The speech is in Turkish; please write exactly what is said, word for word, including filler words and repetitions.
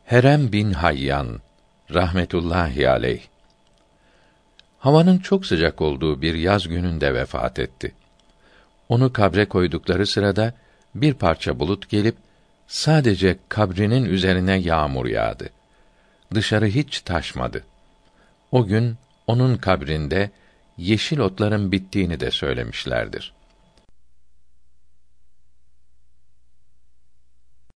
Herem bin Hayyan rahmetullahi aleyh havanın çok sıcak olduğu bir yaz gününde vefat etti. Onu kabre koydukları sırada bir parça bulut gelip sadece kabrinin üzerine yağmur yağdı. Dışarı hiç taşmadı. O gün onun kabrinde yeşil otların bittiğini de söylemişlerdir.